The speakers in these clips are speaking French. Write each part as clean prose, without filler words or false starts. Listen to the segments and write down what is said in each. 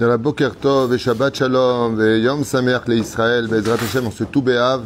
Dans la Boker Tov et Shabbat Shalom et Yom Sameach l'Israël, Bezrat Hashem, en ce Tou B'Av,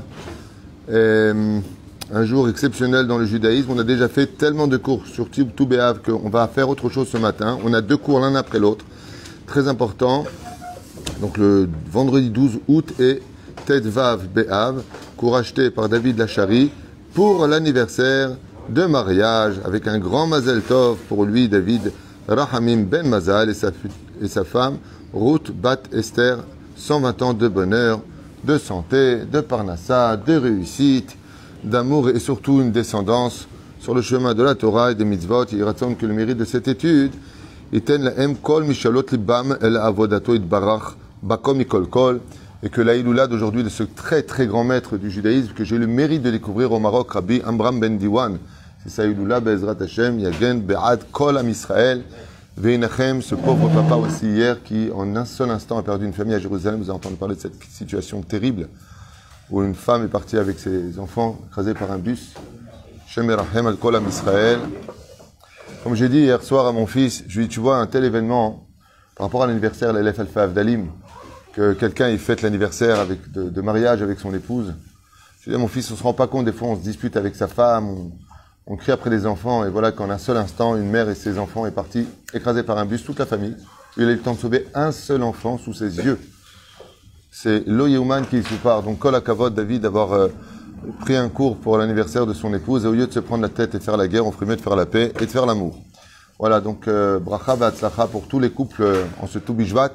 un jour exceptionnel dans le judaïsme. On a déjà fait tellement de cours sur Tou B'Av qu'on va faire autre chose ce matin. On a deux cours l'un après l'autre, très important. Donc le vendredi 12 août et Tet Vav B'Av, cours acheté par David Lachari pour l'anniversaire de mariage avec un grand Mazel Tov pour lui, David Rahamim Ben Mazal et sa femme Ruth Bat Esther, 120 ans de bonheur, de santé, de parnassa, de réussite, d'amour et surtout une descendance sur le chemin de la Torah et des mitzvot. Il raconte que le mérite de cette étude iten lahem kol mishalot libam el avodato itbarach bakom mikol kol, et que la Iloula d'aujourd'hui de ce très très grand maître du judaïsme que j'ai eu le mérite de découvrir au Maroc, Rabbi Amram Ben Diwan, c'est sa Iloula Be'ezrat Hashem Yagen Be'ad Kol Am Israël Ve'inachem, ce pauvre papa aussi hier qui en un seul instant a perdu une famille à Jérusalem. Vous avez entendu parler de cette situation terrible où une femme est partie avec ses enfants écrasés par un bus. Shem Erachem Al Kol Am Israël. Comme j'ai dit hier soir à mon fils, je lui ai dit, tu vois un tel événement par rapport à l'anniversaire l'Elef Alpha Avdalim, que quelqu'un il fête l'anniversaire de mariage avec son épouse. Je lui ai dit à mon fils, on se rend pas compte, des fois on se dispute avec sa femme, on crie après les enfants, et voilà qu'en un seul instant, une mère et ses enfants est partie, écrasée par un bus, toute la famille. Il a eu le temps de sauver un seul enfant sous ses yeux. C'est Lo Yehuman qui se part. Donc, Kol HaKavod, David, d'avoir pris un cours pour l'anniversaire de son épouse, et au lieu de se prendre la tête et de faire la guerre, on ferait mieux de faire la paix et de faire l'amour. Voilà, donc, Bracha V'Atzlacha pour tous les couples en ce Tou Bishvat.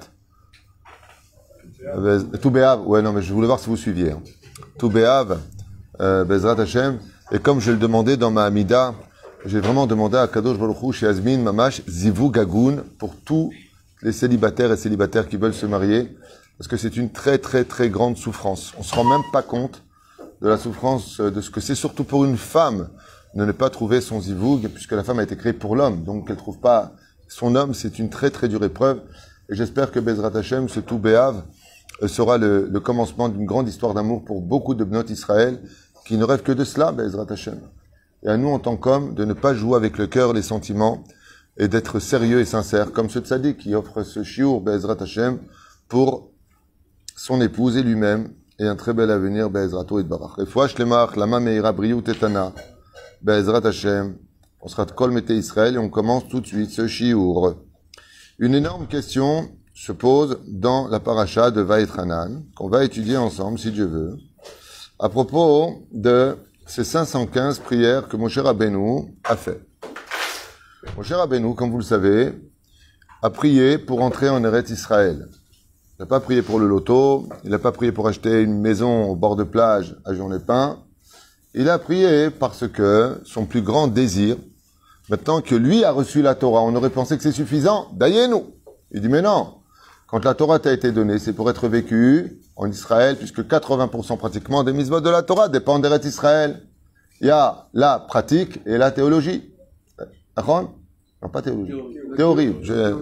Tou B'Av, ouais, non, mais je voulais voir si vous suiviez. Hein. Tou B'Av, Bezrat Hashem. Et comme je le demandais dans ma Amida, j'ai vraiment demandé à Kadosh Baruch Hu, chez Azmin, Mamash, Zivu Gagoun, pour tous les célibataires et célibataires qui veulent se marier, parce que c'est une très très très grande souffrance. On se rend même pas compte de la souffrance, de ce que c'est surtout pour une femme de ne pas trouver son Zivoug, puisque la femme a été créée pour l'homme, donc qu'elle trouve pas son homme, c'est une très très dure épreuve. Et j'espère que Bezrat Hashem, ce Tou B'Av, sera le commencement d'une grande histoire d'amour pour beaucoup de Bnot Israël, qui ne rêve que de cela, Be'ezrat Hashem. Et à nous, en tant qu'hommes, de ne pas jouer avec le cœur, les sentiments, et d'être sérieux et sincère, comme ce tzaddik qui offre ce shiur, Be'ezrat Hashem, pour son épouse et lui-même, et un très bel avenir, Be'ezrato et Barach. Et Fouach Lemach, Lama Meira Briou Tetana, Be'ezrat Hashem, on sera de Kol Mete Israël, et on commence tout de suite ce shiur. Une énorme question se pose dans la paracha de Vaïtranan, qu'on va étudier ensemble, si Dieu veut, à propos de ces 515 prières que Moshe Rabbeinu a fait. Moshe Rabbeinu, comme vous le savez, a prié pour entrer en Eretz Israël. Il n'a pas prié pour le loto, il n'a pas prié pour acheter une maison au bord de plage à Jean-les-Pins. Il a prié parce que son plus grand désir, maintenant que lui a reçu la Torah, on aurait pensé que c'est suffisant, daillez-nous. Il dit mais non, quand la Torah t'a été donnée, c'est pour être vécu en Israël, puisque 80% pratiquement des mitzvot de la Torah dépendent d'Eretz Israël. Il y a la pratique et la théologie. Non, pas théologie. Théorie.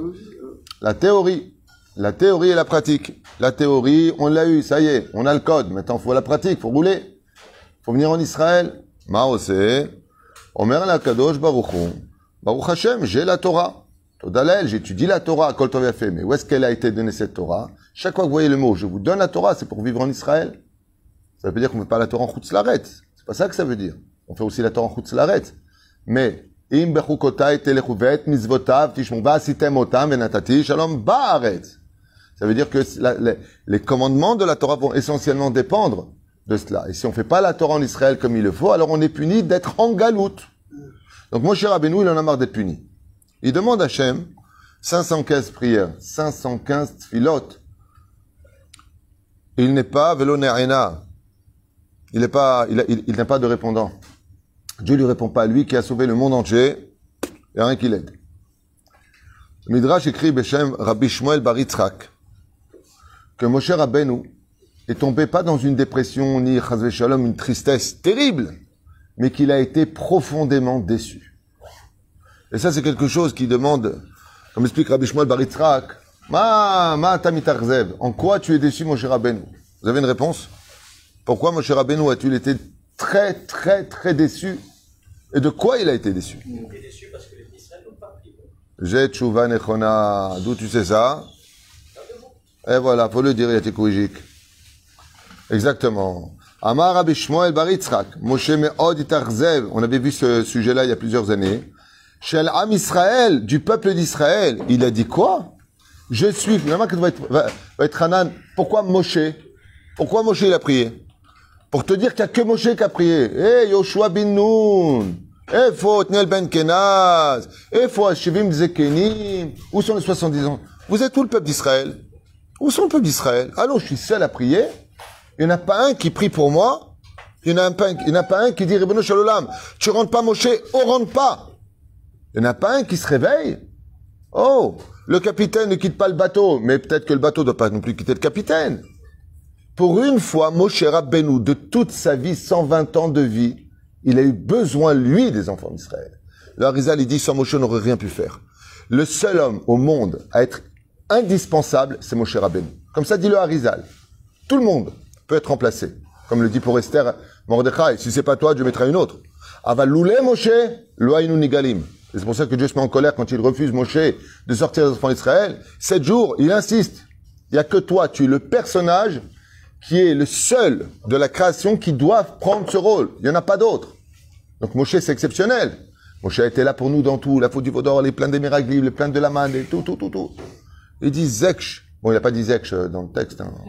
La théorie. La théorie et la pratique. La théorie, on l'a eu, ça y est, on a le code. Maintenant, il faut la pratique, il faut rouler. Il faut venir en Israël. Maose, Omer la Kadosh Baruch Hu. Baruch Hashem, j'ai la Torah. Todalel, j'étudie la Torah, Kol Tov Yafeh. Mais où est-ce qu'elle a été donnée cette Torah? Chaque fois que vous voyez le mot, je vous donne la Torah, c'est pour vivre en Israël. Ça veut dire qu'on ne fait pas la Torah en Chutz Laaretz. C'est pas ça que ça veut dire. On fait aussi la Torah en Chutz Laaretz. Mais, im bechukotai telechu ve'et mizvotav tishmu va'asitem otam ve'natati shalom ba'aretz. Ça veut dire que les commandements de la Torah vont essentiellement dépendre de cela. Et si on ne fait pas la Torah en Israël comme il le faut, alors on est puni d'être en galoute. Donc Moshe Rabbeinu, il en a marre d'être puni. Il demande à Hachem 515 prières, 515 tfilot. Il n'est pas velo ne'ena. Il n'a pas de répondant. Dieu lui répond pas. Lui qui a sauvé le monde entier, il n'y a rien qui l'aide. Le Midrash écrit Beshem Rabbi Shmuel Bar Yitzchak que Moshe Rabbeinu est tombé pas dans une dépression ni chas v'shalom, une tristesse terrible, mais qu'il a été profondément déçu. Et ça, c'est quelque chose qui demande, comme explique Rabbi Shmuel Bar Yitzchak, Ma tamitarzev. En quoi tu es déçu, Moshe Rabbeinu? Vous avez une réponse? Pourquoi Moshe Rabbeinu a-t-il été très, très, très déçu? Et de quoi il a été déçu? Il a été déçu parce que les Israël n'ont pas pris. J'ai tchouva nechona. D'où tu sais ça? Et voilà, faut le dire, il a été corrigé. Exactement. Amar Rabbi Shmuel bar Yitzchak, Moshe me'od itarzev. On avait vu ce sujet-là il y a plusieurs années. Shel Am Israël, du peuple d'Israël. Il a dit quoi? Je suis, finalement, va être Hanan. Pourquoi Moshe? Pourquoi Moshe il a prié? Pour te dire qu'il n'y a que Moshe qui a prié. Eh, Yoshua bin Nun. Eh, faut Otniel ben Kenaz. Eh, faut Shivim Zekenim. Où sont les 70 ans? Vous êtes où le peuple d'Israël? Où sont le peuple d'Israël? Allô, je suis seul à prier. Il n'y en a pas un qui prie pour moi. Il n'y en a pas un qui dit, Ribono Shel Olam, tu rentres pas Moshe, on rentre pas. Il n'y en a pas un qui se réveille. Oh, le capitaine ne quitte pas le bateau, mais peut-être que le bateau ne doit pas non plus quitter le capitaine. Pour une fois, Moshe Rabbeinu, de toute sa vie, 120 ans de vie, il a eu besoin, lui, des enfants d'Israël. Le Harizal, il dit, sans Moshe, on n'aurait rien pu faire. Le seul homme au monde à être indispensable, c'est Moshe Rabbeinu. Comme ça dit le Harizal. Tout le monde peut être remplacé. Comme le dit pour Esther Mordechai, si c'est pas toi, Dieu mettra une autre. Aval loulé Moshe, lo haynu nigalim. Et c'est pour ça que Dieu se met en colère quand il refuse Moshe de sortir les enfants d'Israël. 7 jours, il insiste. Il n'y a que toi, tu es le personnage qui est le seul de la création qui doit prendre ce rôle. Il n'y en a pas d'autre. Donc Moshe, c'est exceptionnel. Moshe a été là pour nous dans tout. La faute du Vaudor, les plaintes des miracles, les plaintes de la manne, et tout. Il dit Zeksh. Bon, il n'a pas dit Zeksh dans le texte. Hein.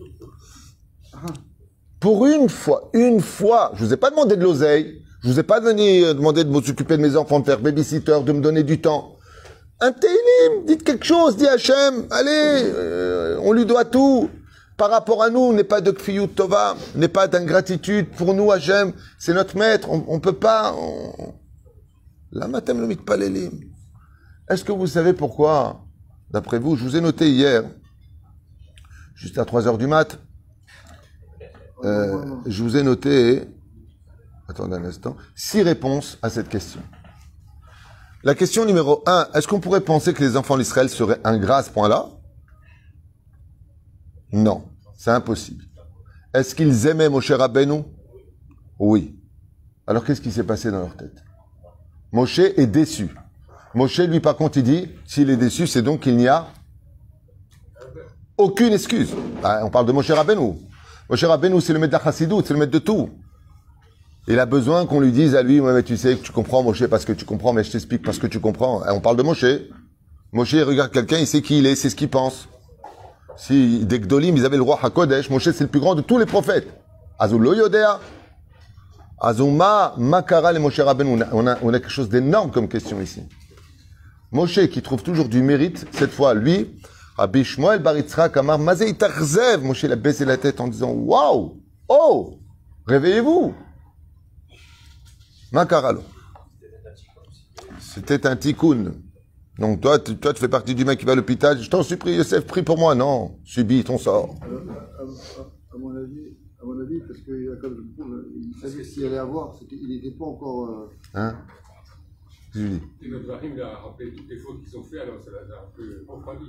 Pour une fois, je vous ai pas demandé de l'oseille. Je vous ai pas demandé de m'occuper de mes enfants, de faire babysitter, de me donner du temps. Un télim, dites quelque chose, dit Hachem. Allez, on lui doit tout. Par rapport à nous, n'est pas de kfiyut tova, n'est pas d'ingratitude. Pour nous, Hachem, c'est notre maître. On peut pas. La matem le mitpalelim. Est-ce que vous savez pourquoi, d'après vous, je vous ai noté hier, juste à 3h du mat', je vous ai noté, attendez un instant, 6 réponses à cette question. La question numéro 1, est-ce qu'on pourrait penser que les enfants d'Israël seraient ingrats à ce point-là? Non, c'est impossible. Est-ce qu'ils aimaient Moshe Rabbeinu? Oui. Alors qu'est-ce qui s'est passé dans leur tête? Moshe est déçu. Moshe, lui, par contre, il dit, s'il est déçu, c'est donc qu'il n'y a aucune excuse. On parle de Moshe Rabbeinu. Moshe Rabbeinu, c'est le maître de la Chassidoute, c'est le maître de tout. Il a besoin qu'on lui dise à lui, ouais, mais tu sais que tu comprends, Moshe, parce que tu comprends, mais je t'explique parce que tu comprends. On parle de Moshe. Moshe, il regarde quelqu'un, il sait qui il est, c'est ce qu'il pense. Si des Gdolim, ils avaient le roi HaKodesh, Moshe, c'est le plus grand de tous les prophètes. Azul lo yodea. Azuma, makara le Moshe Rabbeinu. On a quelque chose d'énorme comme question ici. Moshe, qui trouve toujours du mérite, cette fois, lui, Rabbi Shmuel bar Yitzchak Amar Mazé itarzev. Moshe, il a baissé la tête en disant, waouh, oh, réveillez-vous. Makaralo. C'était un tikkun. Donc toi, tu fais partie du mec qui va à l'hôpital. Je t'en supplie, Yosef, prie pour moi. Non, subis ton sort. À mon avis, parce que comme il savait s'il allait avoir, il n'était pas encore. Hein? Julie. Et notre Rahim a rappelé toutes les fautes qu'ils ont fait, alors ça l'a un peu refroidi.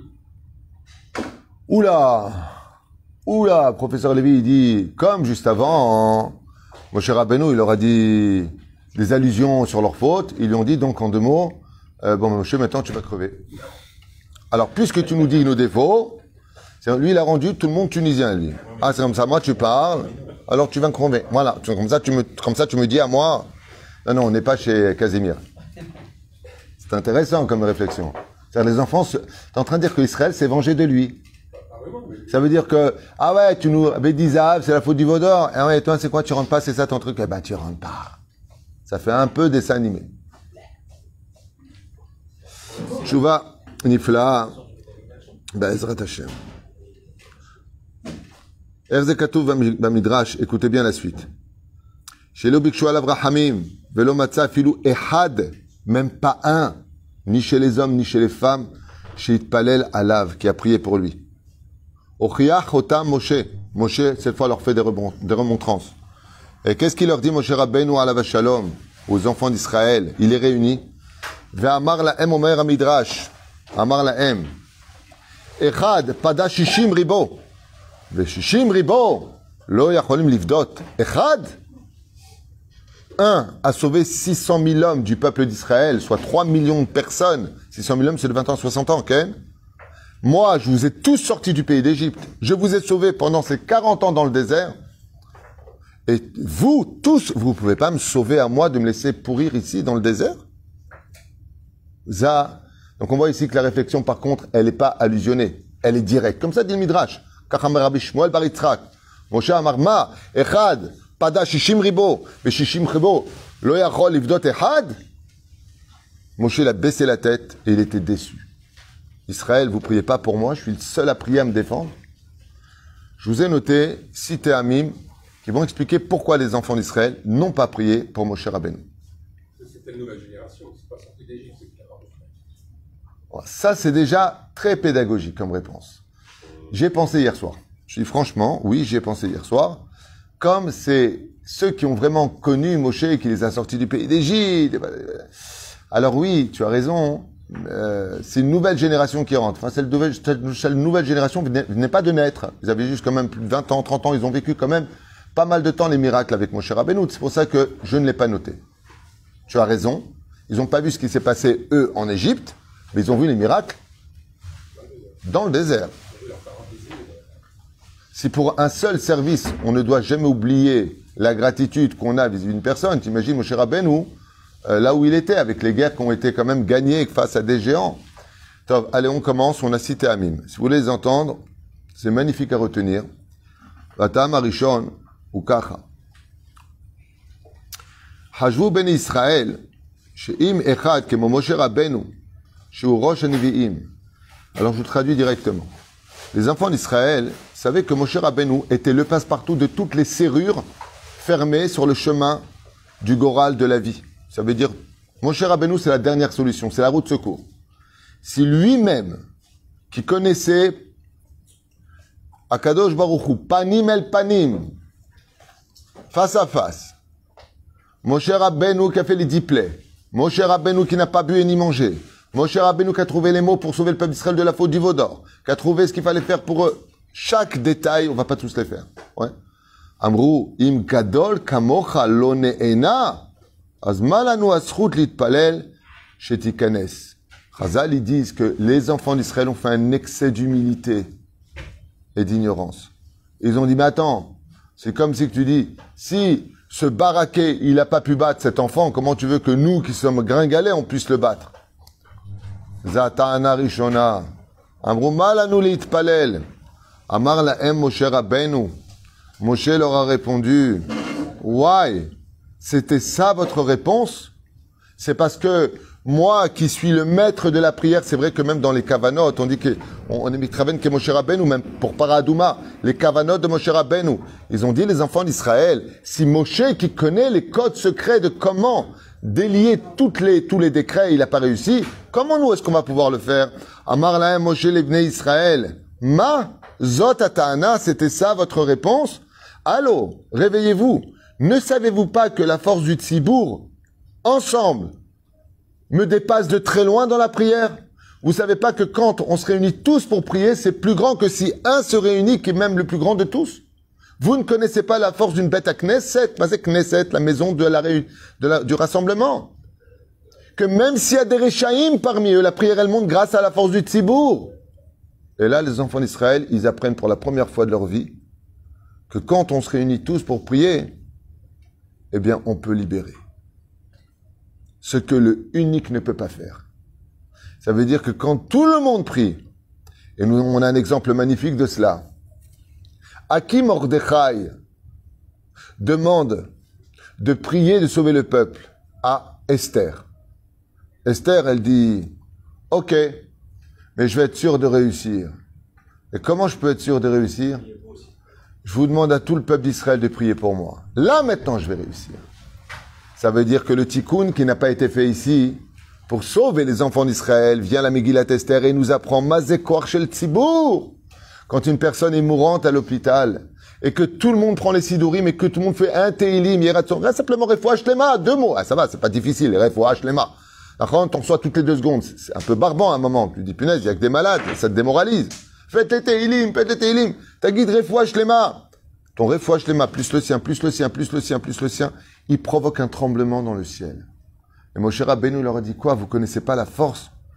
Oula, professeur Lévy, il dit, comme juste avant, Moshe Rabbeinu, il leur a dit des allusions sur leurs fautes. Ils lui ont dit donc en 2 mots, bon Moshe, maintenant tu vas crever. Alors, puisque tu nous dis nos défauts, lui, il a rendu tout le monde tunisien, lui. Ah, c'est comme ça, moi tu parles, alors tu vas crever. Voilà, comme ça tu me dis à moi, non, on n'est pas chez Casimir. C'est intéressant comme réflexion. C'est-à-dire les enfants, t'es en train de dire que Israël s'est vengé de lui. Ça veut dire que, ah ouais, tu nous, Bédizav, c'est la faute du Vaudor. Ah ouais, toi, c'est quoi, tu rentres pas, c'est ça ton truc? Eh ben, tu rentres pas. Ça fait un peu dessin animé. Tshuva, Nifla, Be'ezrat Hashem. Erze Katuv Bamidrash, écoutez bien la suite. Shelo Bikshu Alav Rahamim, Velo Matza Filou Ehad, même pas un, ni chez les hommes, ni chez les femmes, chez Itpalel Alav, qui a prié pour lui. Ochiach Otam Moshe. Moshe, cette fois, leur fait des remontrances. Et qu'est-ce qu'il leur dit, Moshe Rabbeinu Alav Shalom, aux enfants d'Israël? Il les réunit. Ve'amar la'em omer hamidrash. Amar la'em. Echad pada shishim ribo. Ve'shishim ribo. Lo yacholim livdot. Echad. Un a sauvé 600 000 hommes du peuple d'Israël, soit 3 millions de personnes. 600 000 hommes, c'est de 20 ans, 60 ans, ok? Moi, je vous ai tous sortis du pays d'Égypte. Je vous ai sauvés pendant ces 40 ans dans le désert. Et vous, tous, vous ne pouvez pas me sauver à moi de me laisser pourrir ici dans le désert? Ça. Donc on voit ici que la réflexion, par contre, elle n'est pas allusionnée. Elle est directe. Comme ça dit le Midrash. Kacham Rabbi Shmuel bar Yitzchak. Moshe amar ma, echad, pada shishim ribo, ve shishim ribo, lo yachol livdot echad. Moshe a baissé la tête et il était déçu. Israël, vous priez pas pour moi, je suis le seul à prier à me défendre. Je vous ai noté 6 téamim qui vont expliquer pourquoi les enfants d'Israël n'ont pas prié pour Moshe Rabbeinu. C'était une nouvelle génération, c'est pas sorti d'Égypte, c'est clair. Ça, c'est déjà très pédagogique comme réponse. J'ai pensé hier soir. Je dis franchement, oui, j'y ai pensé hier soir. Comme c'est ceux qui ont vraiment connu Moshe et qui les a sortis du pays d'Égypte. Alors oui, tu as raison. C'est une nouvelle génération qui rentre. Enfin, cette nouvelle génération venait pas de naître. Ils avaient juste quand même plus de 20 ans, 30 ans. Ils ont vécu quand même pas mal de temps les miracles avec Moshe Rabbeinu. C'est pour ça que je ne l'ai pas noté. Tu as raison. Ils n'ont pas vu ce qui s'est passé, eux, en Égypte, mais ils ont vu les miracles dans le désert. Si pour un seul service, on ne doit jamais oublier la gratitude qu'on a vis-à-vis d'une personne, t'imagines Moshe Rabbeinu, là où il était, avec les guerres qui ont été quand même gagnées face à des géants. Tov, allez, on commence, on a cité Amim. Si vous voulez les entendre, c'est magnifique à retenir. Vatam Arishon ou Kacha. Hajvu ben Israël, she'im echad kemo Moshe Rabbeinu, she'u rosh hanivi'im. Alors je traduis directement. Les enfants d'Israël savaient que Moshe Rabbeinu était le passe-partout de toutes les serrures fermées sur le chemin du Goral de la vie. Ça veut dire, Moshe Rabbeinu, c'est la dernière solution, c'est la route de secours. Si lui-même, qui connaissait Akadosh Baruch Hu, panim el panim, face à face, Moshe Rabbeinu qui a fait les 10 plaies, Moshe Rabbeinu qui n'a pas bu et ni mangé, Moshe Rabbeinu qui a trouvé les mots pour sauver le peuple d'Israël de la faute du veau d'or, qui a trouvé ce qu'il fallait faire pour eux. Chaque détail, on va pas tous les faire. Ouais. Amrou, im gadol kamocha lo ne'ena, az malanu aschut litpalel shetikanes. Chazal, ils disent que les enfants d'Israël ont fait un excès d'humilité et d'ignorance. Ils ont dit, mais attends, c'est comme si tu dis, si ce baraqué, il a pas pu battre cet enfant, comment tu veux que nous, qui sommes gringalets, on puisse le battre? Zata'ana rishona. Amrou malanu litpalel. Amar lahem Moshe Rabbeinu. Moshe leur a répondu, why? C'était ça votre réponse? C'est parce que moi, qui suis le maître de la prière, c'est vrai que même dans les kavanot, on dit on est mitraven que Moshe Rabbeinu, même pour Paradouma, les kavanot de Moshe Rabbeinu. Ils ont dit, les enfants d'Israël, si Moshe, qui connaît les codes secrets de comment délier tous les décrets, il n'a pas réussi, comment nous est-ce qu'on va pouvoir le faire? Amar lahem Moshe levnei Israël. Ma zot ata'ana, c'était ça votre réponse? Allô, réveillez-vous. Ne savez-vous pas que la force du tzibour, ensemble, me dépasse de très loin dans la prière? Vous savez pas que quand on se réunit tous pour prier, c'est plus grand que si un se réunit, qui est même le plus grand de tous? Vous ne connaissez pas la force d'une bête à Knesset, c'est Knesset, la maison du rassemblement. Que même s'il y a des Réchaïm parmi eux, la prière elle monte grâce à la force du tzibour. Et là, les enfants d'Israël, ils apprennent pour la première fois de leur vie que quand on se réunit tous pour prier, eh bien, on peut libérer. Ce que le unique ne peut pas faire. Ça veut dire que quand tout le monde prie, et nous, on a un exemple magnifique de cela, à qui Mordechai demande de prier, de sauver le peuple? À Esther. Esther, elle dit, ok, mais je vais être sûr de réussir. Et comment je peux être sûr de réussir? Je vous demande à tout le peuple d'Israël de prier pour moi. Là, maintenant, je vais réussir. Ça veut dire que le tikkun qui n'a pas été fait ici, pour sauver les enfants d'Israël, vient la Megillat Esther et nous apprend Mazekor shel Tzibour. Quand une personne est mourante à l'hôpital, et que tout le monde prend les sidourim, et que tout le monde fait un teilim, simplement refoua shlema, 2 mots. Ah, ça va, c'est pas difficile, refoua shlema. Après, on reçoit toutes les 2 secondes. C'est un peu barbant à un moment. Tu dis, punaise, il y a que des malades, ça te démoralise. Faites les teilim. Ta guide refoua shlema. Ton refoua shlema, plus le sien, plus le sien, plus le sien, plus le sien, il provoque un tremblement dans le ciel. Et Moshe Rabbeinu leur a dit quoi? Vous connaissez pas la force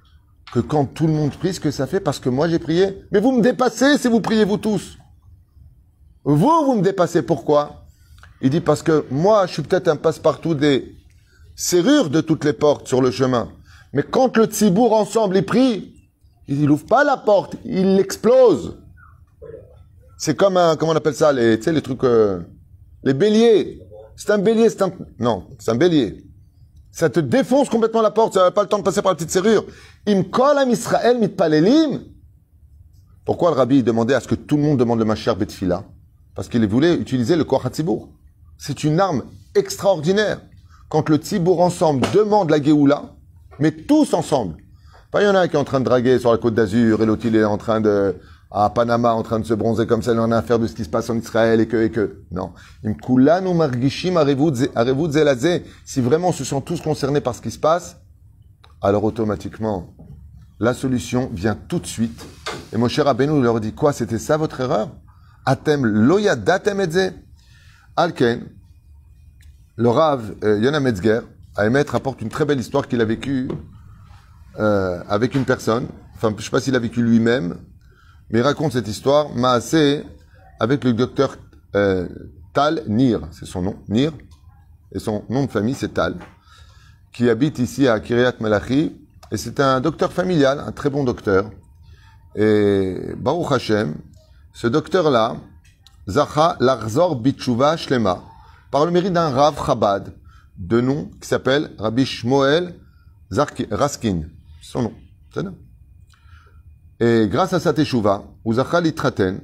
que quand tout le monde prie, ce que ça fait parce que moi j'ai prié. Mais vous me dépassez si vous priez vous tous. Vous me dépassez. Pourquoi? Il dit parce que moi, je suis peut-être un passe-partout des serrures de toutes les portes sur le chemin. Mais quand le tzibour ensemble, il prie, il n'ouvre pas la porte, il l'explose. C'est comme un, comment on appelle ça, tu sais, les trucs, les béliers. C'est un bélier, non, c'est un bélier. Ça te défonce complètement la porte, ça n'a pas le temps de passer par la petite serrure. Im kolam Israël mitpalelim. Pourquoi le rabbi demandait à ce que tout le monde demande le Mashiach Betfila? Parce qu'il voulait utiliser le Koach HaTzibour. C'est une arme extraordinaire. Quand le Tzibour ensemble demande la Géoula, mais tous ensemble. Pas il y en a un qui est en train de draguer sur la côte d'Azur et l'autre il est en train de, à Panama, en train de se bronzer comme ça, il en a affaire de ce qui se passe en Israël et que. Non. Imkulanu margishim arevut zelazé. Si vraiment on se sent tous concernés par ce qui se passe, alors automatiquement, la solution vient tout de suite. Et Moshe Rabbeinu leur dit quoi? C'était ça votre erreur? Atem loyadatem etze. Alken, le Rav Yonah Metzger, à émettre, rapporte une très belle histoire qu'il a vécue avec une personne. Enfin, je ne sais pas s'il a vécu lui-même, mais il raconte cette histoire, Maaseh, avec le docteur Tal Nir, c'est son nom, Nir, et son nom de famille c'est Tal, qui habite ici à Kiryat Malachi, et c'est un docteur familial, un très bon docteur. Et Baruch Hashem, ce docteur-là, Zacha Larzor Bitshuva Shlema, par le mérite d'un Rav Chabad, de nom qui s'appelle Rabbi Shmuel Raskin, son nom, c'est ça. Et grâce à sa teshuva, Zacha Litraten,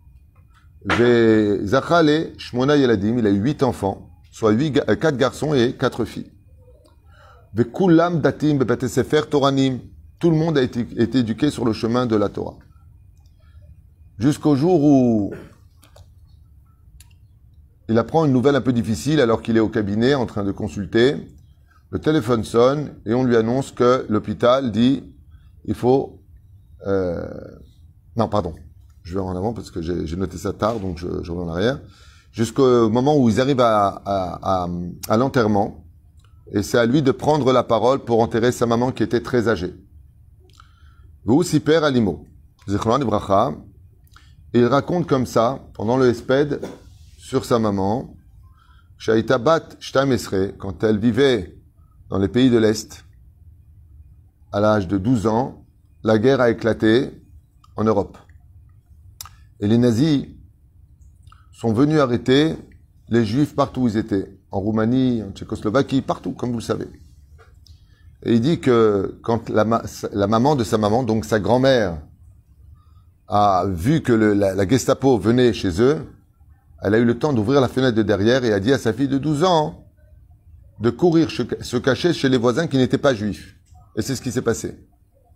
Zacha le Shmona Yeladim, il a eu 8 enfants, soit 4 garçons et 4 filles. Vekulam Datim Bebete Sefer Toranim, tout le monde a été éduqué sur le chemin de la Torah. Jusqu'au jour où il apprend une nouvelle un peu difficile alors qu'il est au cabinet en train de consulter. Le téléphone sonne et on lui annonce que l'hôpital dit il faut... non, pardon. Je vais en avant parce que j'ai noté ça tard, donc je reviens en arrière. Jusqu'au moment où ils arrivent à l'enterrement. Et c'est à lui de prendre la parole pour enterrer sa maman qui était très âgée. Vous siper alimo. Zichron Ibracha. Et il raconte comme ça, pendant le Hesped, sur sa maman, Shaita Bat Shtam Esre, quand elle vivait dans les pays de l'Est, à l'âge de 12 ans, la guerre a éclaté en Europe. Et les nazis sont venus arrêter les juifs partout où ils étaient, en Roumanie, en Tchécoslovaquie, partout, comme vous le savez. Et il dit que quand la maman de sa maman, donc sa grand-mère, a vu que la Gestapo venait chez eux, elle a eu le temps d'ouvrir la fenêtre de derrière et a dit à sa fille de 12 ans de courir se cacher chez les voisins qui n'étaient pas juifs. Et c'est ce qui s'est passé.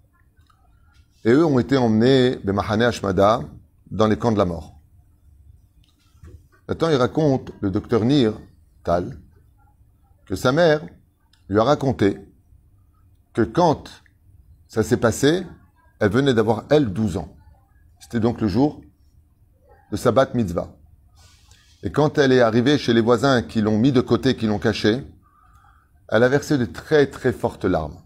Et eux ont été emmenés de Mahane Hashmada dans les camps de la mort. Maintenant, il raconte, le docteur Nir, Tal, que sa mère lui a raconté que quand ça s'est passé, elle venait d'avoir, elle, 12 ans. C'était donc le jour de sa bat mitzvah. Et quand elle est arrivée chez les voisins qui l'ont mis de côté, qui l'ont caché, elle a versé de très très fortes larmes.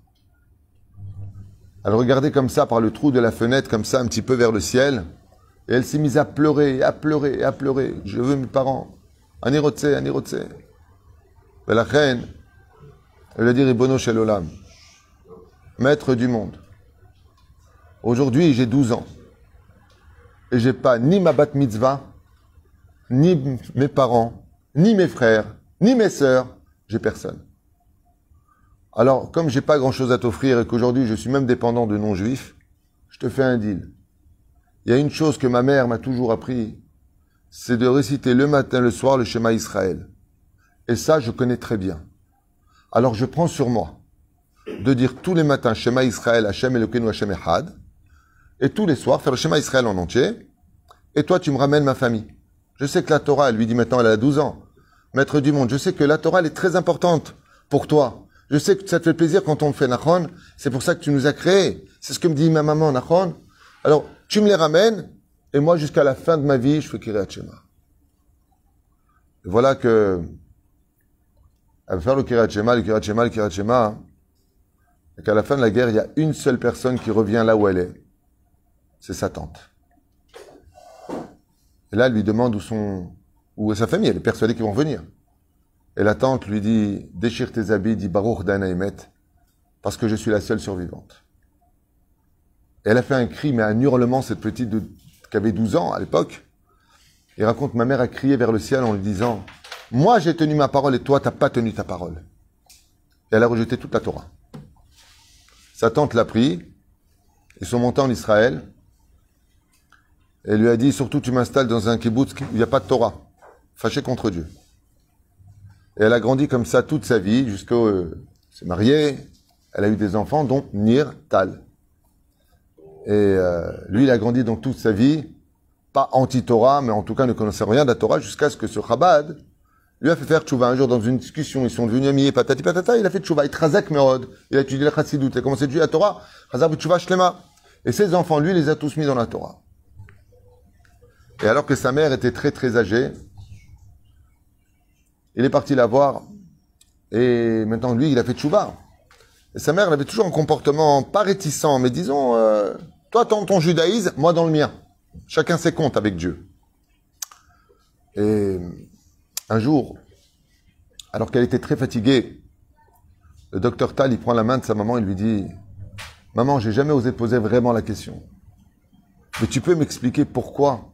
Elle regardait comme ça par le trou de la fenêtre, comme ça, un petit peu vers le ciel, et elle s'est mise à pleurer, à pleurer, et à pleurer. Je veux mes parents. Anirotse, anirotse. Et la reine, elle a dit Ribono Shel Olam, maître du monde. Aujourd'hui, j'ai 12 ans. Et j'ai pas ni ma bat mitzvah, ni mes parents, ni mes frères, ni mes sœurs. J'ai personne. Alors, comme j'ai pas grand chose à t'offrir et qu'aujourd'hui je suis même dépendant de non-juifs, je te fais un deal. Il y a une chose que ma mère m'a toujours appris, c'est de réciter le matin, le soir, le Shema Israël. Et ça, je connais très bien. Alors, je prends sur moi de dire tous les matins Shema Israël, Hashem Elokeinu Hashem Echad, et tous les soirs faire le Shema Israël en entier. Et toi, tu me ramènes ma famille. Je sais que la Torah, elle lui dit maintenant, elle a 12 ans. Maître du monde, je sais que la Torah, elle est très importante pour toi. Je sais que ça te fait plaisir quand on fait Nachon. C'est pour ça que tu nous as créés. C'est ce que me dit ma maman, Nachon. Alors, tu me les ramènes, et moi, jusqu'à la fin de ma vie, je fais Kiryat Shema. Et voilà que, elle va faire le Kiryat Shema, le Kiryat Shema, le Kiryat Shema. et qu'à la fin de la guerre, il y a une seule personne qui revient là où elle est. C'est sa tante. Et là, elle lui demande où est sa famille. Elle est persuadée qu'ils vont venir. Et la tante lui dit, déchire tes habits, dit Baruch Dana Emet, parce que je suis la seule survivante. Et elle a fait un cri, mais un hurlement, cette petite qui avait 12 ans à l'époque. Il raconte, ma mère a crié vers le ciel en lui disant, moi j'ai tenu ma parole et toi t'as pas tenu ta parole. Et elle a rejeté toute la Torah. Sa tante l'a pris, ils sont montés en Israël, et lui a dit, surtout tu m'installes dans un kibbutz où il n'y a pas de Torah, fâché contre Dieu. Et elle a grandi comme ça toute sa vie, jusqu'au... s'est mariée, elle a eu des enfants, dont Nir Tal. Et lui, il a grandi donc toute sa vie, pas anti-Torah, mais en tout cas ne connaissait rien de la Torah, jusqu'à ce que ce Chabad lui a fait faire tchouva. Un jour, dans une discussion, ils sont devenus amis, patati patata, il a fait tchouva, Itrazak Merod, il a étudié la Chassidut, il a commencé à étudier la Torah, Chazar Tchouva Shlema. Et ses enfants, lui, les a tous mis dans la Torah. Et alors que sa mère était très très âgée, il est parti la voir, et maintenant, lui, il a fait tchouva. Et sa mère, elle avait toujours un comportement pas réticent, mais disons, toi dans ton judaïsme, moi dans le mien. Chacun ses comptes avec Dieu. Et un jour, alors qu'elle était très fatiguée, le docteur Tal, il prend la main de sa maman et lui dit, maman, j'ai jamais osé poser vraiment la question. Mais tu peux m'expliquer pourquoi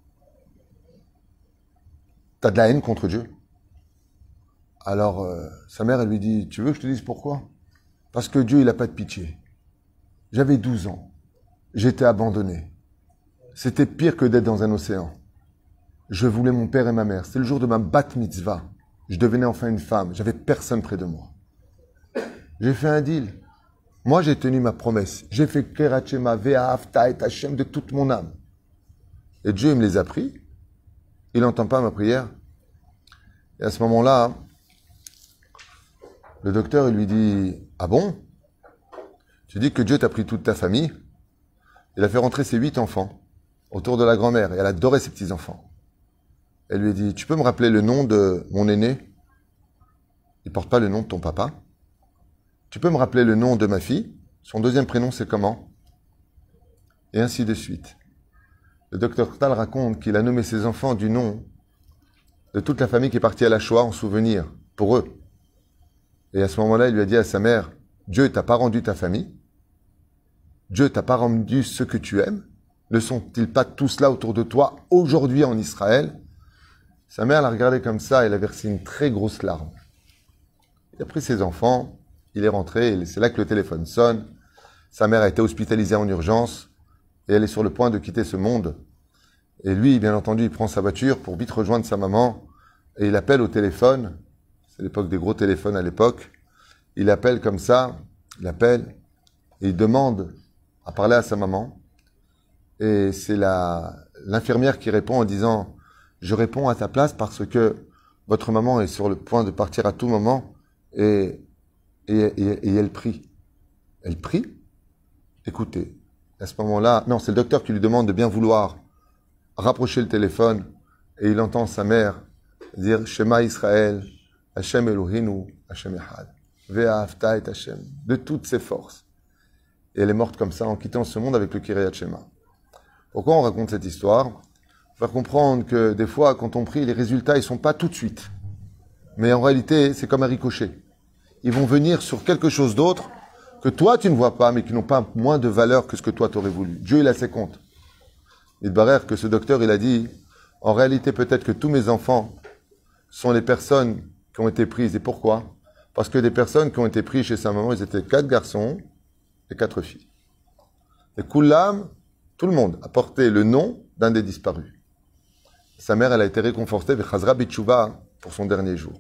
t'as de la haine contre Dieu? Alors, sa mère, elle lui dit, tu veux que je te dise pourquoi? Parce que Dieu, il n'a pas de pitié. J'avais 12 ans. J'étais abandonné. C'était pire que d'être dans un océan. Je voulais mon père et ma mère. C'était le jour de ma bat mitzvah. Je devenais enfin une femme. J'avais personne près de moi. J'ai fait un deal. Moi, j'ai tenu ma promesse. J'ai fait Kerat Shema, Ve'ahavta et Hashem de toute mon âme. Et Dieu, il me les a pris. Il n'entend pas ma prière. Et à ce moment-là, le docteur, il lui dit, ah bon? Tu dis que Dieu t'a pris toute ta famille? Il a fait rentrer ses 8 enfants autour de la grand-mère et elle adorait ses petits-enfants. Elle lui a dit, tu peux me rappeler le nom de mon aîné? Il porte pas le nom de ton papa. Tu peux me rappeler le nom de ma fille? Son deuxième prénom, c'est comment? Et ainsi de suite. Le docteur Tal raconte qu'il a nommé ses enfants du nom de toute la famille qui est partie à la Shoah en souvenir, pour eux. Et à ce moment-là, il lui a dit à sa mère, Dieu t'a pas rendu ta famille? Dieu t'a pas rendu ce que tu aimes? Ne sont-ils pas tous là autour de toi aujourd'hui en Israël? Sa mère l'a regardé comme ça, elle a versé une très grosse larme. Il a pris ses enfants, il est rentré, et c'est là que le téléphone sonne. Sa mère a été hospitalisée en urgence, et elle est sur le point de quitter ce monde. Et lui, bien entendu, il prend sa voiture pour vite rejoindre sa maman, et il appelle au téléphone. C'est l'époque des gros téléphones à l'époque. Il appelle comme ça, il appelle, et il demande à parler à sa maman. Et c'est l'infirmière qui répond en disant, je réponds à ta place parce que votre maman est sur le point de partir à tout moment et elle prie. Elle prie? Écoutez, à ce moment-là, non, c'est le docteur qui lui demande de bien vouloir rapprocher le téléphone et il entend sa mère dire Shema Israël, Hashem Elohinu, Hashem Echad, Ve'ahavta et Hashem, de toutes ses forces. Et elle est morte comme ça en quittant ce monde avec le Kiryat Shema. Pourquoi on raconte cette histoire? Pour faire comprendre que des fois, quand on prie, les résultats, ils sont pas tout de suite. Mais en réalité, c'est comme un ricochet. Ils vont venir sur quelque chose d'autre que toi, tu ne vois pas, mais qui n'ont pas moins de valeur que ce que toi, tu aurais voulu. Dieu, il a ses comptes. Il paraît que ce docteur, il a dit, en réalité, peut-être que tous mes enfants sont les personnes qui ont été prises. Et pourquoi? Parce que des personnes qui ont été prises chez sa maman, ils étaient 4 garçons et 4 filles. Et Koulam, tout le monde a porté le nom d'un des disparus. Sa mère, elle a été réconfortée avec Chazra Bitchouva pour son dernier jour.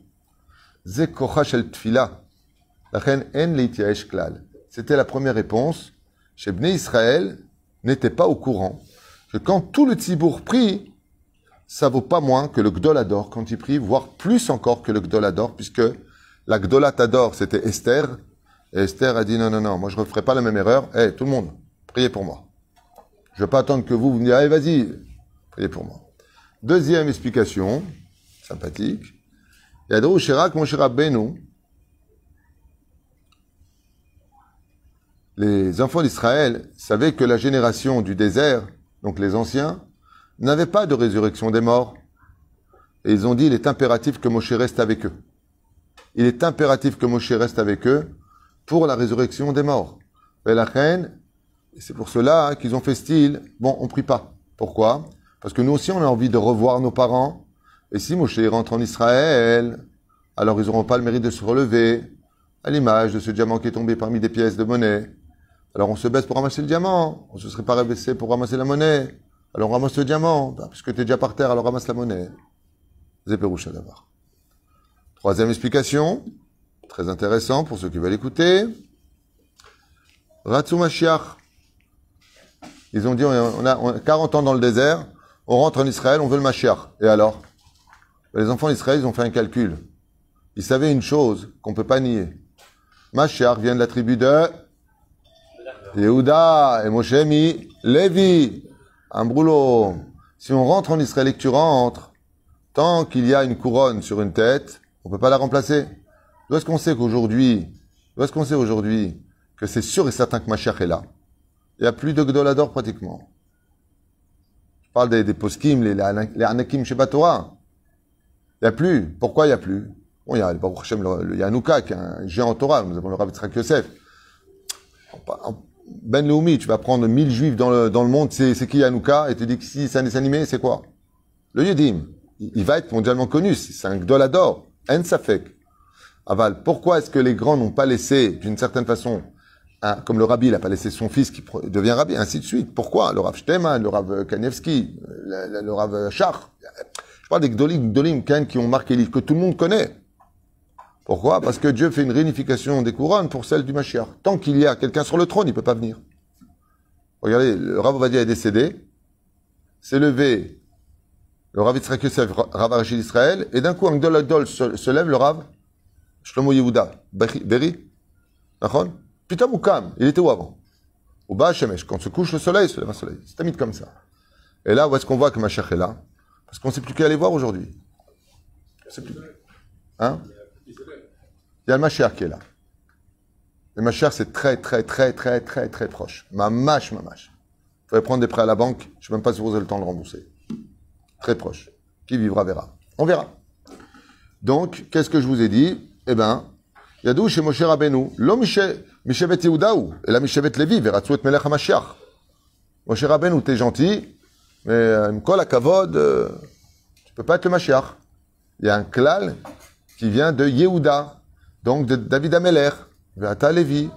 C'était la première réponse. Chez Bnei Israël n'était pas au courant que quand tout le Tzibour prie, ça vaut pas moins que le Gdolador quand il prie, voire plus encore que le Gdolador, puisque la Gdolatador, c'était Esther. Et Esther a dit non, moi je ne referai pas la même erreur. Tout le monde, priez pour moi. Je ne vais pas attendre que vous me disiez, allez, vas-y, priez pour moi. Deuxième explication, sympathique. Yadrou Shirak Moshe Rabbeinu, les enfants d'Israël savaient que la génération du désert, donc les anciens, n'avait pas de résurrection des morts. Et ils ont dit, il est impératif que Moshe reste avec eux. Il est impératif que Moshe reste avec eux pour la résurrection des morts. Et la reine, c'est pour cela qu'ils ont fait style, bon, on prie pas. Pourquoi? Parce que nous aussi, on a envie de revoir nos parents. Et si Moshe rentre en Israël, alors ils n'auront pas le mérite de se relever, à l'image de ce diamant qui est tombé parmi des pièces de monnaie. Alors on se baisse pour ramasser le diamant, on se serait pas baissé pour ramasser la monnaie. Alors on ramasse le diamant, puisque tu es déjà par terre, alors ramasse la monnaie. Zéperoucha d'abord. Troisième explication, très intéressant pour ceux qui veulent écouter. Ratsu Mashiach. Ils ont dit, on a 40 ans dans le désert, on rentre en Israël, on veut le Mashiach. Et alors? Les enfants d'Israël, ils ont fait un calcul. Ils savaient une chose qu'on ne peut pas nier. Mashiach vient de la tribu de Yehuda et Moshe mi Lévi. Un brûlot. Si on rentre en Israël et que tu rentres, tant qu'il y a une couronne sur une tête, on ne peut pas la remplacer. D'où est-ce qu'on sait qu'aujourd'hui, que c'est sûr et certain que Mashiach est là? Il n'y a plus de Gdolador pratiquement. Je parle des poskim, les Anakim Sheba Torah. Il n'y a plus. Pourquoi il n'y a plus? Bon, il y a le Yanouka, qui est un géant en Torah. Nous avons le Rav Yitzhak Yosef. Ben Leumi, tu vas prendre 1000 juifs dans le monde, c'est qui Yanouka? Et tu dis que si c'est un dessin animé, c'est quoi? Le Yedim. Il va être mondialement connu. C'est un Gdolador. En Safek. Aval. Pourquoi est-ce que les grands n'ont pas laissé, d'une certaine façon, comme le Rabbi, il n'a pas laissé son fils qui devient Rabbi, ainsi de suite. Pourquoi? Le Rav Shteman, le Rav Kanievski, le Rav Shach. Je parle des Gdolim, qui ont marqué l'île, que tout le monde connaît. Pourquoi? Parce que Dieu fait une réunification des couronnes pour celle du Mashiach. Tant qu'il y a quelqu'un sur le trône, il ne peut pas venir. Regardez, le Rav Ovadia est décédé, s'est levé le Rav Yitzhak Yosef, Rav Arashi d'Israël, et d'un coup, un Gdol se lève, le Rav Shlomo Yehuda, Beri, Nachon? Putain, Moukam, il était où avant? Au bas Shemesh, quand se couche le soleil, se lève un soleil. C'est mis comme ça. Et là, où est-ce qu'on voit que Mashiach est là? Parce qu'on ne sait plus qui aller voir aujourd'hui. Hein? Il y a le Mashiach qui est là. Le Mashiach, c'est très proche. Mamash. Il faudrait prendre des prêts à la banque. Je ne sais même pas si vous avez le temps de le rembourser. Très proche. Qui vivra verra. On verra. Donc, qu'est-ce que je vous ai dit? Eh ben, Yadou chez Moshe Rabbeinu. Lo Mishevet Yehudaou. Et la Mishevet Levi. Veratzu et Melech HaMashiach. Moshe Rabbeinu, t'es gentil. Mais, M'kol HaKavod, tu peux pas être le Mashiach. Il y a un klal qui vient de Yehuda, donc de David Ameler, Ve'ata Levi.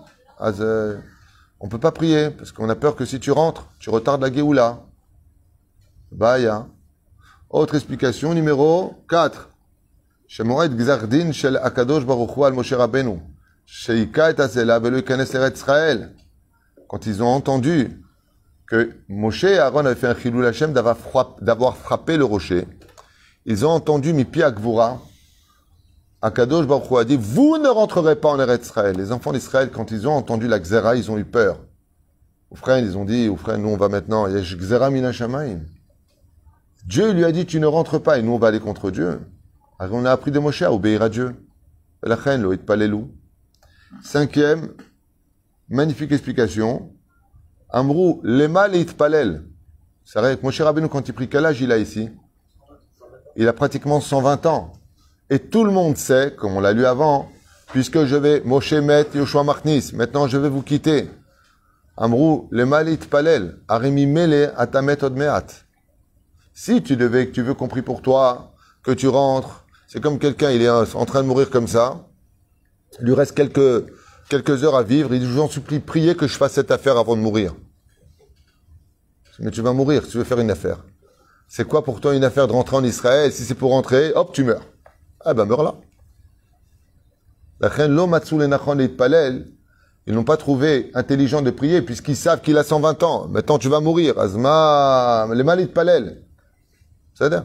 On peut pas prier, parce qu'on a peur que si tu rentres, tu retardes la Géoula. Baya. Autre explication, numéro 4. Shemoed Gzardin shel Akadosh Baruch Hu al Moshe Rabbeinu. Sheika et Azela velo ikanes l'Eretz Israël. Quand ils ont entendu que Moshe et Aaron avaient fait un chilul Hashem d'avoir frappé le rocher, ils ont entendu Mipi Akvura. Akadosh Baruch Hu a dit, vous ne rentrerez pas en Eretz Israël. Les enfants d'Israël, quand ils ont entendu la Gzera, ils ont eu peur. Aux frères, ils ont dit, nous on va maintenant, Yesh Gzera mina shamayim. Dieu lui a dit, tu ne rentres pas, et nous on va aller contre Dieu. Alors on a appris de Moshe à obéir à Dieu. La reine, lo itpalelu. Cinquième, magnifique explication. Amrou, lema le itpalel. C'est vrai que Moshe Rabbeinu, quand il prie, quel âge il a ici? Il a pratiquement 120 ans. Et tout le monde sait, comme on l'a lu avant, puisque je vais, Moshe Met, Yoshua Machnis, maintenant je vais vous quitter. Amrou, lema le itpalel. Arimi mele atamet odmeat. Si tu veux compris pour toi, que tu rentres, c'est comme quelqu'un, il est en train de mourir comme ça, il lui reste quelques heures à vivre, il dit, je vous en supplie, priez que je fasse cette affaire avant de mourir. Mais tu vas mourir, si tu veux faire une affaire. C'est quoi pour toi une affaire de rentrer en Israël? Si c'est pour rentrer, hop, tu meurs. Ah ben, meurs là. La reine Lomatsu le Nachon et Palel, ils n'ont pas trouvé intelligent de prier, puisqu'ils savent qu'il a 120 ans. Maintenant, tu vas mourir. Azma, les malit Palel. C'est-à-dire.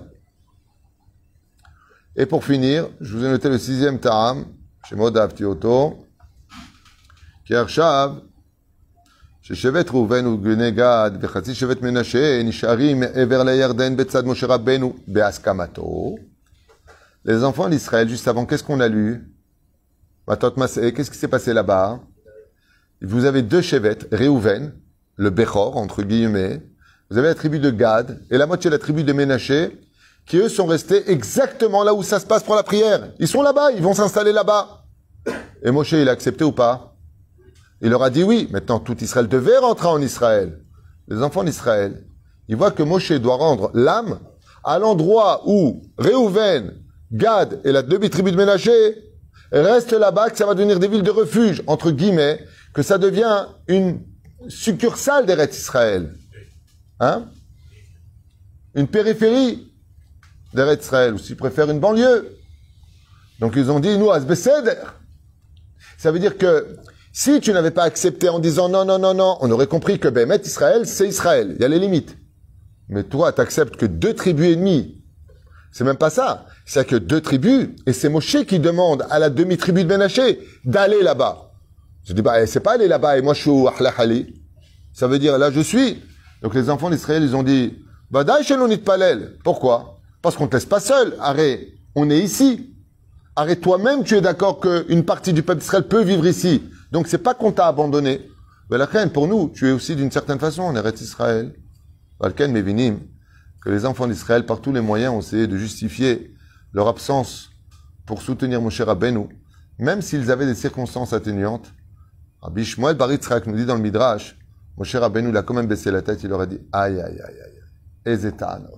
Et pour finir, je vous ai noté le 6e Ta'am, chez Modav Tioto, qui est Arshav, chez Shevet Rouven ou Gnegad, Bechatzi Shevet Menashe, Nisharim, Ever le Yarden, Betzad Moshe Rabbeinu, Beaskamato. Les enfants d'Israël, juste avant, qu'est-ce qu'on a lu? Matot Masé, qu'est-ce qui s'est passé là-bas? vous avez deux chevettes, Réhouven, le Bechor, entre guillemets, vous avez la tribu de Gad et la moitié de la tribu de Ménaché, qui eux sont restés exactement là où ça se passe pour la prière. Ils sont là-bas, ils vont s'installer là-bas. Et Moshe, il a accepté ou pas? Il leur a dit oui. Maintenant, tout Israël devait rentrer en Israël. Les enfants d'Israël, ils voient que Moshe doit rendre l'âme à l'endroit où Réhouven, Gad et la demi-tribu de Ménaché restent là-bas, que ça va devenir des villes de refuge, entre guillemets, que ça devient une succursale d'Eretz Israël. Hein? Une périphérie d'Eretz Israël, ou s'ils préfèrent une banlieue. Donc ils ont dit, nous, Asbeseder. Ça veut dire que si tu n'avais pas accepté en disant non, non, non, non, on aurait compris que Bémet Israël, c'est Israël. Il y a les limites. Mais toi, tu acceptes que 2 tribus et demie. C'est même pas ça. C'est que 2 tribus, et c'est Moshe qui demande à la demi-tribu de Ménaché d'aller là-bas. Je dis, bah, c'est pas aller là-bas, et moi je suis au Ahla Hali. Ça veut dire, là je suis. Donc les enfants d'Israël, ils ont dit, bah, Daïchelonit Palel. Pourquoi? Parce qu'on te laisse pas seul. Arrête, on est ici. Arrête, toi-même, tu es d'accord qu'une partie du peuple d'Israël peut vivre ici. Donc c'est pas qu'on t'a abandonné. Mais la reine, pour nous, tu es aussi d'une certaine façon en Eretz Israël. Valken Mevinim, que les enfants d'Israël, par tous les moyens, ont essayé de justifier leur absence pour soutenir Moshe Rabbeinu, même s'ils avaient des circonstances atténuantes. Rabbi Shmuel Bar Yitzchak nous dit dans le Midrash, Moshe Rabbeinu, il a quand même baissé la tête, il leur a dit, aïe, aïe, aïe, aïe, ezeta anot.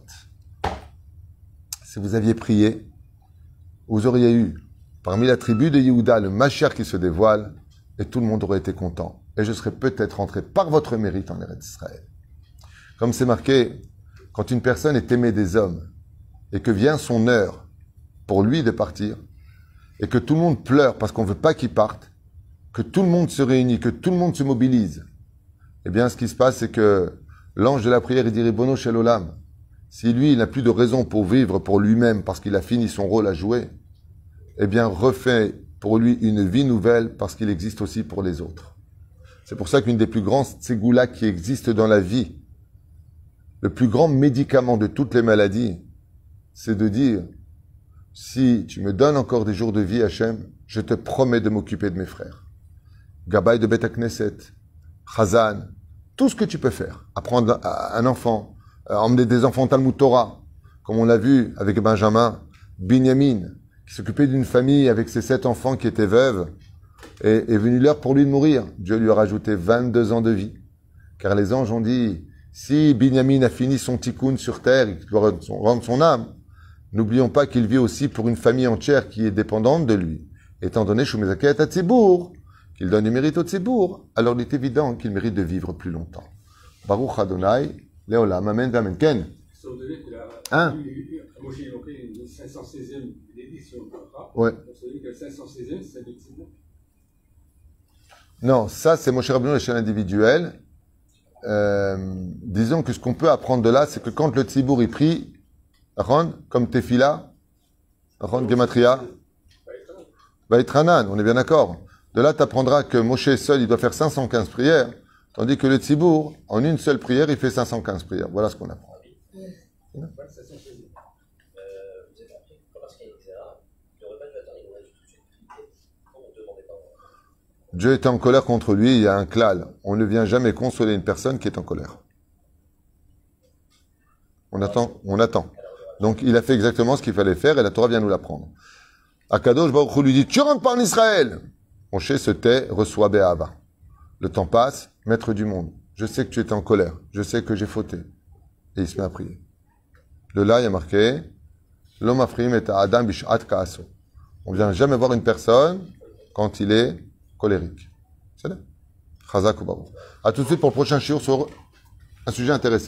Si vous aviez prié, vous auriez eu, parmi la tribu de Yehuda, le Mashiach qui se dévoile, et tout le monde aurait été content. Et je serais peut-être rentré par votre mérite en Eretz Israël. Comme c'est marqué, quand une personne est aimée des hommes, et que vient son heure pour lui de partir, et que tout le monde pleure parce qu'on ne veut pas qu'il parte, que tout le monde se réunit, que tout le monde se mobilise, eh bien, ce qui se passe, c'est que l'ange de la prière, il dit Ribono Shel Olam. Si lui, il n'a plus de raison pour vivre pour lui-même, parce qu'il a fini son rôle à jouer, eh bien, refait pour lui une vie nouvelle, parce qu'il existe aussi pour les autres. C'est pour ça qu'une des plus grandes ségoulas qui existent dans la vie, le plus grand médicament de toutes les maladies, c'est de dire, si tu me donnes encore des jours de vie, Hachem, je te promets de m'occuper de mes frères. Gabay de Bet Knesset, Chazan, tout ce que tu peux faire. Apprendre à un enfant, emmener des enfants au Talmud Torah, comme on l'a vu avec Benjamin, Binyamin, qui s'occupait d'une famille avec ses 7 enfants qui étaient veuves, et est venu l'heure pour lui de mourir. Dieu lui a rajouté 22 ans de vie. Car les anges ont dit, si Binyamin a fini son tikkun sur terre, il doit rendre son âme, n'oublions pas qu'il vit aussi pour une famille entière qui est dépendante de lui. Étant donné, Shumezaket à Tzibour, qu'il donne du mérite au Tzibour, alors il est évident qu'il mérite de vivre plus longtemps. Baruch Adonai, Leolam, Amen, Amen. Ken. Hein? Moi, j'ai évoqué une 516e édition de contrat. Ouais. On se dit que 516e, c'est le Tzibour. Non, ça, c'est Moshe Rabbeinu, l'échelle individuelle. Disons que ce qu'on peut apprendre de là, c'est que quand le Tzibour y prie, Ron, comme Tefila, Ron Gematria, Vaïtranan, on est bien d'accord. De là, tu apprendras que Moshe seul, il doit faire 515 prières, tandis que le Tzibour, en une seule prière, il fait 515 prières. Voilà ce qu'on apprend. Vous avez appris que lorsqu'il y a une xéra, il n'aurait pas dû attendre, il aurait dû tout de suite prier. On ne demandait pas. Dieu était en colère contre lui, il y a un klal. On ne vient jamais consoler une personne qui est en colère. On attend, on attend. Donc il a fait exactement ce qu'il fallait faire et la Torah vient nous l'apprendre. Akadosh Baruch Hu lui dit, tu rentres pas en Israël. Moshe se tait, reçoit Béhava. Le temps passe, maître du monde. Je sais que tu étais en colère, je sais que j'ai fauté. Et il se met à prier. De là, il y a marqué, l'homme afrim et Adam bishat kaaso. On ne vient jamais voir une personne quand il est colérique. C'est là. Chazak ou Baruch. À tout de suite pour le prochain shiur sur un sujet intéressant.